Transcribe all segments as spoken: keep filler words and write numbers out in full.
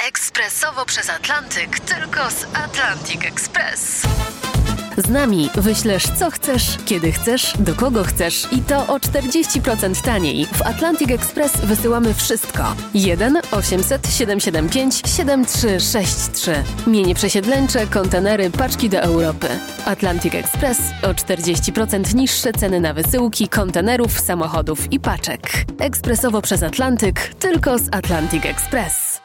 Ekspresowo przez Atlantyk, tylko z Atlantic Express. Z nami wyślesz co chcesz, kiedy chcesz, do kogo chcesz i to o czterdzieści procent taniej. W Atlantic Express wysyłamy wszystko. jeden osiemset siedemset siedemdziesiąt pięć siedemdziesiąt trzy sześćdziesiąt trzy. Mienie przesiedleńcze, kontenery, paczki do Europy. Atlantic Express o czterdzieści procent niższe ceny na wysyłki, kontenerów, samochodów i paczek. Ekspresowo przez Atlantyk, tylko z Atlantic Express.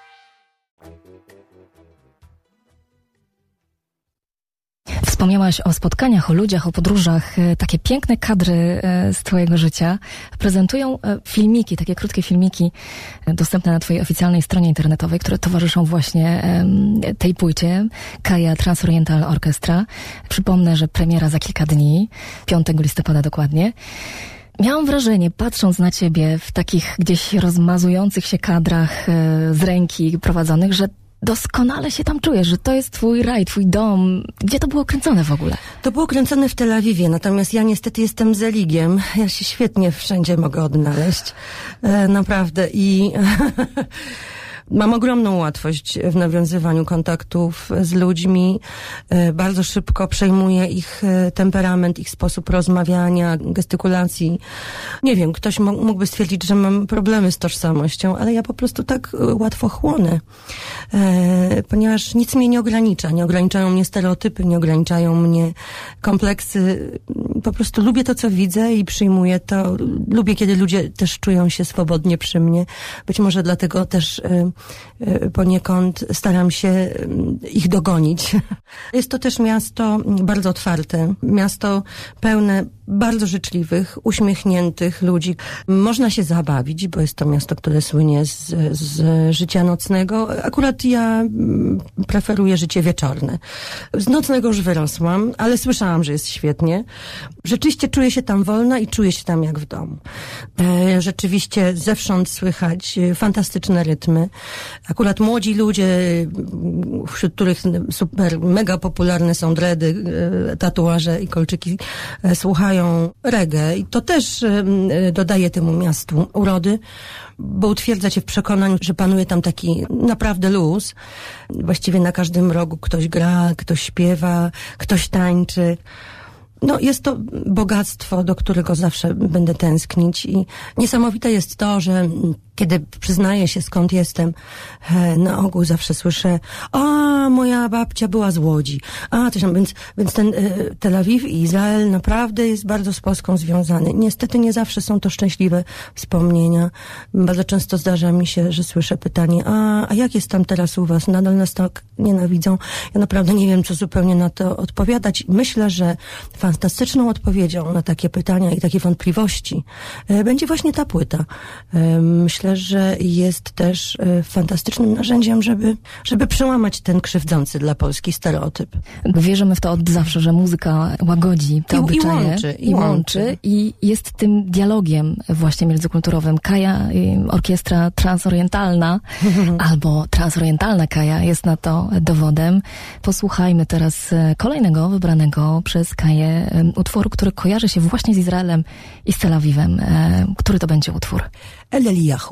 Wspomniałaś o spotkaniach, o ludziach, o podróżach. Takie piękne kadry z twojego życia prezentują filmiki, takie krótkie filmiki dostępne na twojej oficjalnej stronie internetowej, które towarzyszą właśnie tej płycie Kaja Transoriental Orchestra. Przypomnę, że premiera za kilka dni, piątego listopada dokładnie. Miałam wrażenie, patrząc na ciebie w takich gdzieś rozmazujących się kadrach z ręki prowadzonych, że doskonale się tam czujesz, że to jest twój raj, twój dom. Gdzie to było kręcone w ogóle? To było kręcone w Tel Awiwie, natomiast ja niestety jestem zeligiem. Ja się świetnie wszędzie mogę odnaleźć. E, naprawdę. I mam ogromną łatwość w nawiązywaniu kontaktów z ludźmi. Bardzo szybko przejmuję ich temperament, ich sposób rozmawiania, gestykulacji. Nie wiem, ktoś mógłby stwierdzić, że mam problemy z tożsamością, ale ja po prostu tak łatwo chłonę. Ponieważ nic mnie nie ogranicza. Nie ograniczają mnie stereotypy, nie ograniczają mnie kompleksy. Po prostu lubię to, co widzę i przyjmuję to. Lubię, kiedy ludzie też czują się swobodnie przy mnie. Być może dlatego też poniekąd staram się ich dogonić. Jest to też miasto bardzo otwarte, miasto pełne bardzo życzliwych, uśmiechniętych ludzi. Można się zabawić, bo jest to miasto, które słynie z, z życia nocnego. Akurat ja preferuję życie wieczorne. Z nocnego już wyrosłam, ale słyszałam, że jest świetnie. Rzeczywiście czuję się tam wolna i czuję się tam jak w domu. Rzeczywiście zewsząd słychać fantastyczne rytmy. Akurat młodzi ludzie, wśród których super, mega popularne są dready, tatuaże i kolczyki, słuchają reggae i to też dodaje temu miastu urody, bo utwierdza cię w przekonaniu, że panuje tam taki naprawdę luz. Właściwie na każdym rogu ktoś gra, ktoś śpiewa, ktoś tańczy. No, jest to bogactwo, do którego zawsze będę tęsknić i niesamowite jest to, że kiedy przyznaję się, skąd jestem, na ogół zawsze słyszę: a, moja babcia była z Łodzi. A, coś tam, więc, więc ten Tel Awiw i Izrael naprawdę jest bardzo z Polską związany. Niestety nie zawsze są to szczęśliwe wspomnienia. Bardzo często zdarza mi się, że słyszę pytanie: a, a jak jest tam teraz u was? Nadal nas tak nienawidzą? Ja naprawdę nie wiem, co zupełnie na to odpowiadać. Myślę, że fantastyczną odpowiedzią na takie pytania i takie wątpliwości będzie właśnie ta płyta. Myślę, że jest też fantastycznym narzędziem, żeby, żeby przełamać ten krzywdzący dla Polski stereotyp. Wierzymy w to od zawsze, że muzyka łagodzi te I, obyczaje. I łączy. I, i łączy. łączy. I jest tym dialogiem właśnie międzykulturowym. Kaja, orkiestra transorientalna albo transorientalna Kaja jest na to dowodem. Posłuchajmy teraz kolejnego wybranego przez Kaję utworu, który kojarzy się właśnie z Izraelem i z Tel Awiwem. Który to będzie utwór? El Eliyahu.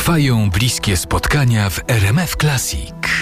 Trwają bliskie spotkania w R M F Classic.